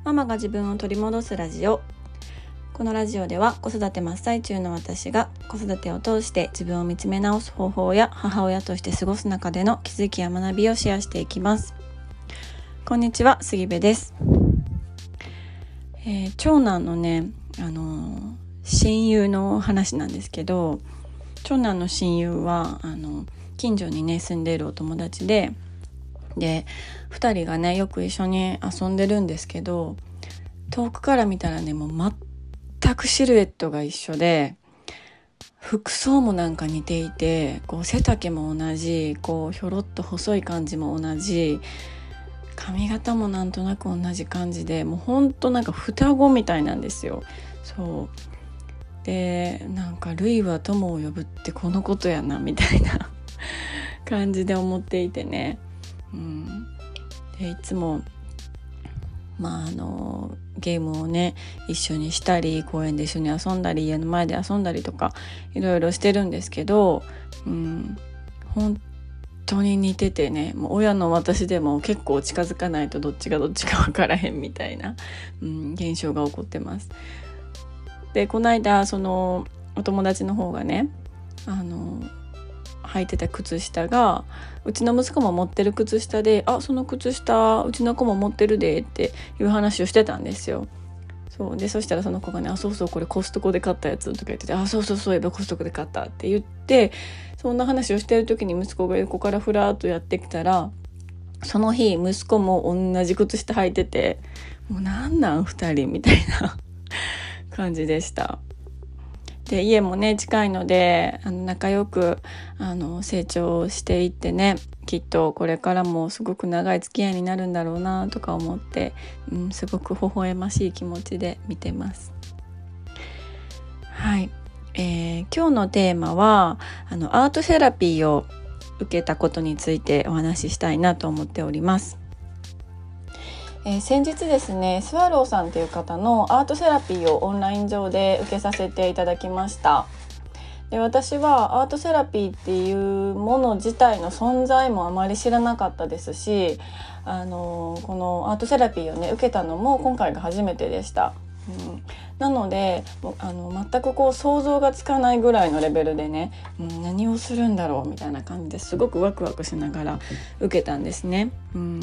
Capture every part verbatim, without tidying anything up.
ママが自分を取り戻すラジオ。このラジオでは子育て真っ最中の私が子育てを通して自分を見つめ直す方法や母親として過ごす中での気づきや学びをシェアしていきます。こんにちは、杉部です。えー、長男のね、あのー、親友の話なんですけど、長男の親友はあの近所にね住んでいるお友達ででふたりがねよく一緒に遊んでるんですけど、遠くから見たらねもう全くシルエットが一緒で、服装もなんか似ていて、こう背丈も同じ、こうひょろっと細い感じも同じ、髪型もなんとなく同じ感じで、もうほんとなんか双子みたいなんですよ。そうで、なんか類は友を呼ぶってこのことやなみたいな感じで思っていてね、うん、でいつもまああのゲームをね一緒にしたり、公園で一緒に遊んだり、家の前で遊んだりとかいろいろしてるんですけど、うん、本当に似ててね、もう親の私でも結構近づかないとどっちがどっちか分からへんみたいな、うん、現象が起こってます。でこの間そのお友達の方がね、あの履いてた靴下がうちの息子も持ってる靴下で、あ、その靴下うちの子も持ってるでっていう話をしてたんですよ。そうで、そしたらその子がね、あ、そうそうこれコストコで買ったやつとか言ってて、あ、そうそうそういえばコストコで買ったって言って、そんな話をしてる時に息子が横からふらっとやってきたら、その日息子も同じ靴下履いてて、もうなんなん二人みたいな感じでした。で家もね近いので、あの仲良くあの成長していってね、きっとこれからもすごく長い付き合いになるんだろうなとか思って、うん、すごく微笑ましい気持ちで見てます。はい、えー、今日のテーマはあのアートセラピーを受けたことについてお話ししたいなと思っております。えー、先日ですね、スワローさんという方のアートセラピーをオンライン上で受けさせていただきました。で私はアートセラピーっていうもの自体の存在もあまり知らなかったですし、あのー、このアートセラピーをね受けたのも今回が初めてでした。うん、なのであの全くこう想像がつかないぐらいのレベルでね、うん、何をするんだろうみたいな感じですごくワクワクしながら受けたんですね。うん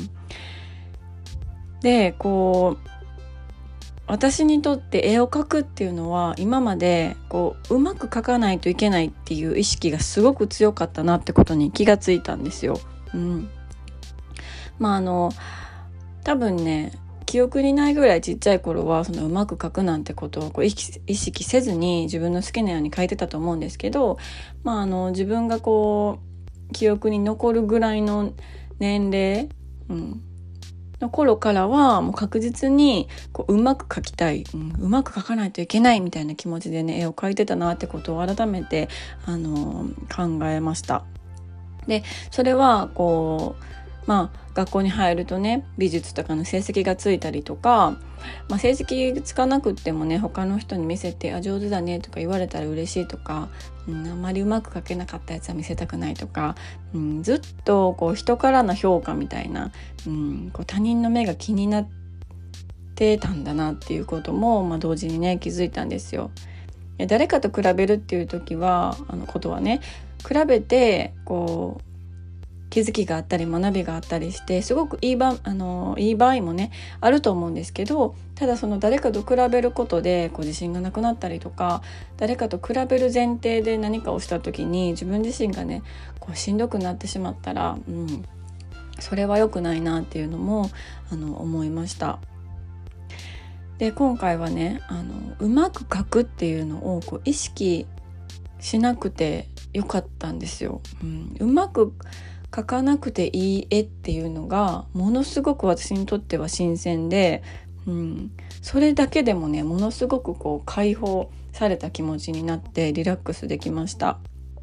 でこう私にとって絵を描くっていうのは今までこううまく描かないといけないっていう意識がすごく強かったなってことに気がついたんですよ。うん、まああの多分ね記憶にないぐらいちっちゃい頃はそのうまく描くなんてことをこう意識、意識せずに自分の好きなように描いてたと思うんですけど、まああの自分がこう記憶に残るぐらいの年齢、うんの頃からはもう確実にこう、うまく描きたい、うん、うまく描かないといけないみたいな気持ちでね絵を描いてたなってことを改めて、あのー、考えました。でそれはこうまあ学校に入るとね美術とかの成績がついたりとか、まあ、成績つかなくってもね他の人に見せてあ上手だねとか言われたら嬉しいとか、うん、あんまりうまく描けなかったやつは見せたくないとか、うん、ずっとこう人からの評価みたいな、うん、こう他人の目が気になってたんだなっていうことも、まあ、同時にね気づいたんですよ。誰かと比べるっていう時はあのことはね比べてこう気づきがあったり学びがあったりしてすごくいい場、あのいい場合もねあると思うんですけど、ただその誰かと比べることでこう自信がなくなったりとか、誰かと比べる前提で何かをした時に自分自身がねこうしんどくなってしまったら、うん、それは良くないなっていうのもあの思いました。で今回はねあのうまく描くっていうのをこう意識しなくてよかったんですよ。うん、うまく描かなくていい絵っていうのがものすごく私にとっては新鮮で、うん、それだけでもねものすごくこう解放された気持ちになってリラックスできました。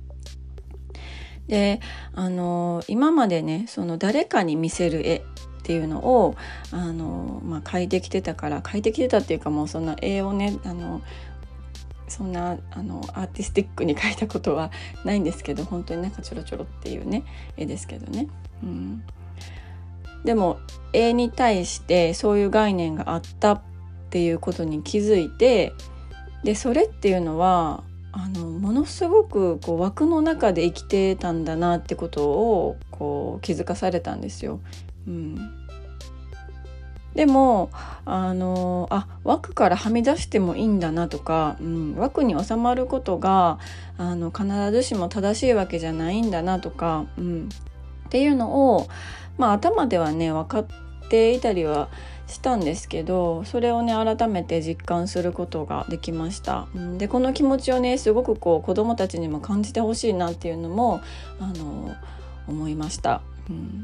であの今までねその誰かに見せる絵っていうのをあの、まあ、描いてきてたから描いてきてたっていうかもうそんな絵をねあのそんなあのアーティスティックに描いたことはないんですけど、本当になんかちょろちょろっていうね絵ですけどね、うん、 でも絵に対してそういう概念があったっていうことに気づいて、でそれっていうのはあのものすごくこう枠の中で生きてたんだなってことをこう気づかされたんですよ。うん、でもあのあ枠からはみ出してもいいんだなとか、うん、枠に収まることがあの必ずしも正しいわけじゃないんだなとか、うん、っていうのを、まあ、頭ではね分かっていたりはしたんですけど、それをね改めて実感することができました。うん、でこの気持ちをねすごくこう子どもたちにも感じてほしいなっていうのもあの思いました。うん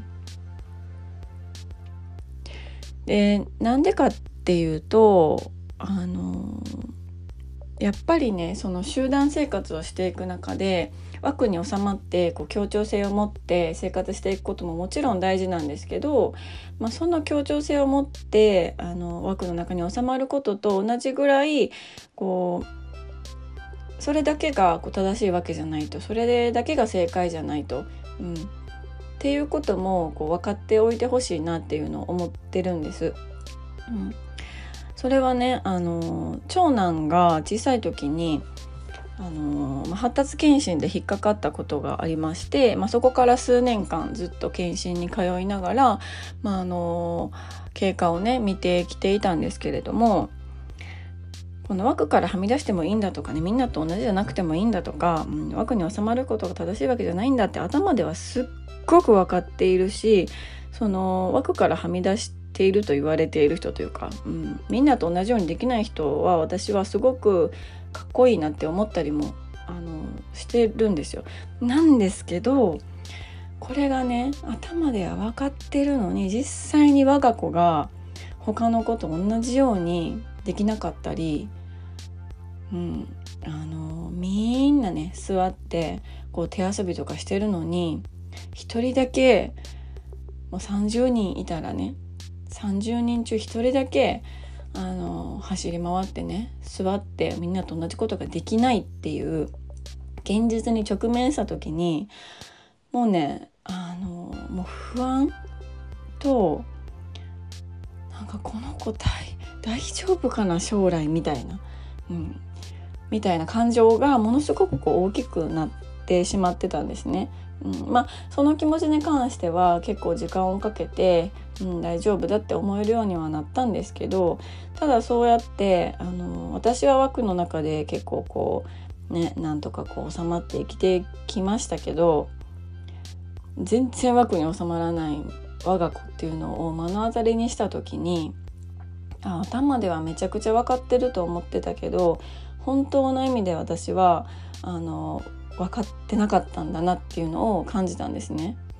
でなんでかっていうとあのやっぱりねその集団生活をしていく中で枠に収まってこう協調性を持って生活していくことももちろん大事なんですけど、まあ、その協調性を持ってあの枠の中に収まることと同じぐらいこうそれだけがこう正しいわけじゃないと、それだけが正解じゃないと、うん、っていうこともこう分かっておいてほしいなっていうのを思ってるんです。うん、それはねあの長男が小さい時にあの発達検診で引っかかったことがありまして、まあ、そこから数年間ずっと検診に通いながら、まあ、あの経過をね見てきていたんですけれども、この枠からはみ出してもいいんだとかね、みんなと同じじゃなくてもいいんだとか、うん、枠に収まることが正しいわけじゃないんだって頭ではすっごく分かっているし、その枠からはみ出していると言われている人というか、うん、みんなと同じようにできない人は私はすごくかっこいいなって思ったりもあのしてるんですよ。なんですけどこれがね頭では分かってるのに、実際に我が子が他の子と同じようにできなかったり、うん、あのみんなね座ってこう手遊びとかしてるのに一人だけもうさんじゅうにんいたらねさんじゅうにん中一人だけあの走り回ってね座ってみんなと同じことができないっていう現実に直面した時にもうねあのもう不安となんかこの子大大丈夫かな将来みたいな、うん、みたいな感情がものすごくこう大きくなってしまってたんですね。うん、まあその気持ちに関しては結構時間をかけて、うん、大丈夫だって思えるようにはなったんですけど、ただそうやってあの私は枠の中で結構こうねなんとかこう収まって生きてきましたけど、全然枠に収まらない我が子っていうのを目の当たりにした時に、あ頭ではめちゃくちゃ分かってると思ってたけど本当の意味で私はあの分かってなかったんだなっていうのを感じたんですね。うん、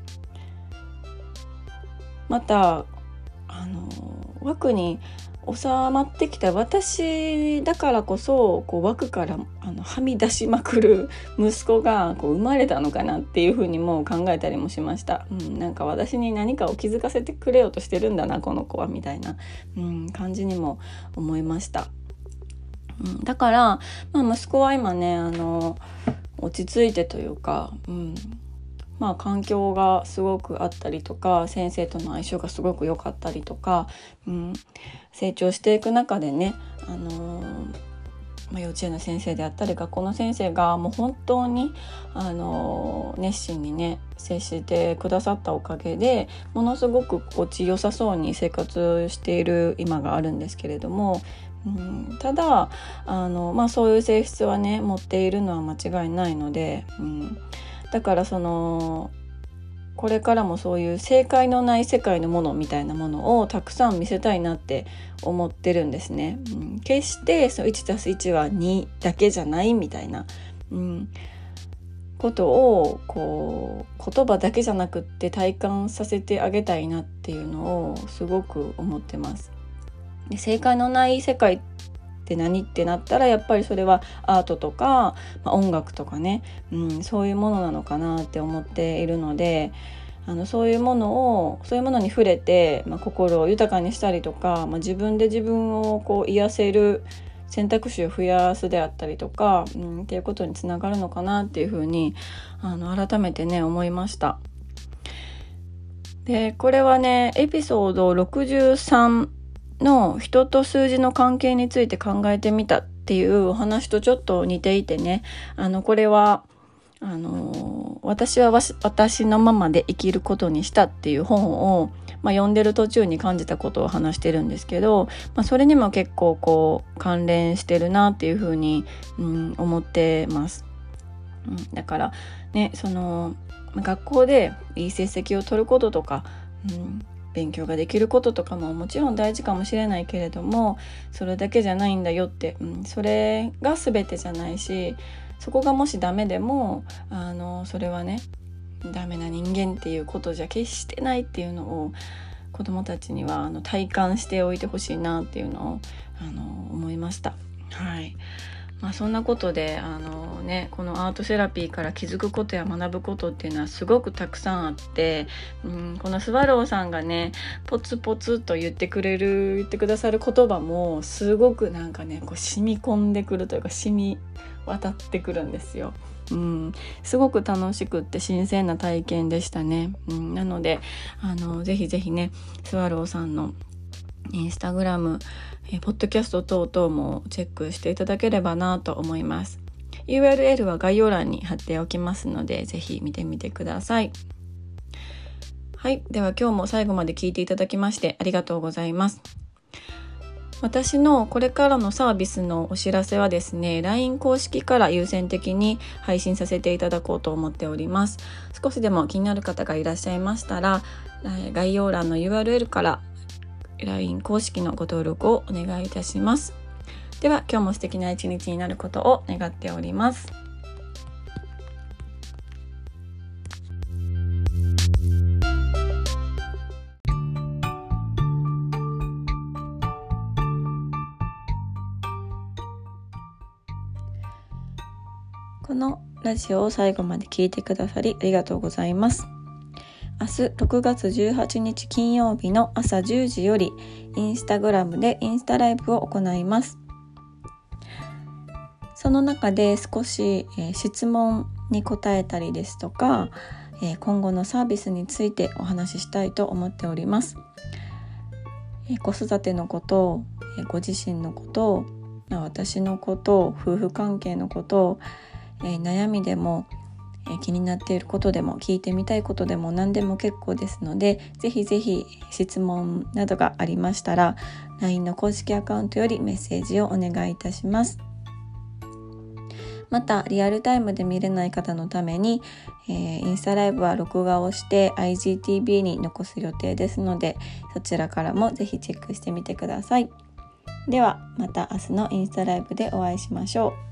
またあの枠に収まってきた私だからこそこう枠からあのはみ出しまくる息子がこう生まれたのかなっていうふうにも考えたりもしました。うん、なんか私に何かを気づかせてくれようとしてるんだなこの子はみたいな、うん、感じにも思いました。うん、だから、まあ、息子は今ねあの落ち着いてというか、うんまあ、環境がすごくあったりとか先生との相性がすごく良かったりとか、うん、成長していく中でね、あのーまあ、幼稚園の先生であったり学校の先生がもう本当に、あのー、熱心にね接してくださったおかげでものすごく心地よさそうに生活している今があるんですけれども、うん、ただあの、まあ、そういう性質はね持っているのは間違いないので、うんだからそのこれからもそういう正解のない世界のものみたいなものをたくさん見せたいなって思ってるんですね。うん、決してその いちたすいち はにだけじゃないみたいな、うん、ことをこう言葉だけじゃなくって体感させてあげたいなっていうのをすごく思ってます。で正解のない世界って何ってなったらやっぱりそれはアートとか、まあ、音楽とかね、うん、そういうものなのかなって思っているので、あのそういうものをそういうものに触れて、まあ、心を豊かにしたりとか、まあ、自分で自分をこう癒せる選択肢を増やすであったりとか、うん、っていうことにつながるのかなっていうふうにあの改めてね思いました。 でこれはねエピソードろくじゅうさんの人と数字の関係について考えてみたっていうお話とちょっと似ていてね、あのこれはあの私は私のままで生きることにしたっていう本を、まあ、読んでる途中に感じたことを話してるんですけど、まあ、それにも結構こう関連してるなっていうふうに、うん、思ってます、うん、だからねその学校でいい成績を取ることとか、うん勉強ができることとかももちろん大事かもしれないけれども、それだけじゃないんだよって、うん、それが全てじゃないし、そこがもしダメでもあのそれはねダメな人間っていうことじゃ決してないっていうのを子どもたちにはあの体感しておいてほしいなっていうのをあの思いました。はい。まあ、そんなことであの、ね、このアートセラピーから気づくことや学ぶことっていうのはすごくたくさんあって、うん、このスワローさんがねポツポツと言ってくれる言ってくださる言葉もすごくなんかねこう染み込んでくるというか染み渡ってくるんですよ。うん、すごく楽しくって新鮮な体験でしたね。うん、なのであのぜひぜひねスワローさんのインスタグラム、えポッドキャスト等々もチェックしていただければなと思います。 ユーアールエル は概要欄に貼っておきますのでぜひ見てみてください。はい、では今日も最後まで聞いていただきましてありがとうございます。私のこれからのサービスのお知らせはですね ライン 公式から優先的に配信させていただこうと思っております。少しでも気になる方がいらっしゃいましたら概要欄の ユーアールエル からライン 公式のご登録をお願いいたします。では今日も素敵な一日になることを願っております。このラジオを最後まで聞いてくださりありがとうございます。明日ろくがつじゅうはちにち金曜日の朝じゅうじよりインスタグラムでインスタライブを行います。その中で少し、えー、質問に答えたりですとか、えー、今後のサービスについてお話ししたいと思っております。えー、子育てのこと、えー、ご自身のこと、私のこと、夫婦関係のこと、えー、悩みでも気になっていることでも聞いてみたいことでも何でも結構ですので、ぜひぜひ質問などがありましたら ライン の公式アカウントよりメッセージをお願いいたします。またリアルタイムで見れない方のために、えー、インスタライブは録画をして アイジーティービー に残す予定ですので、そちらからもぜひチェックしてみてください。ではまた明日のインスタライブでお会いしましょう。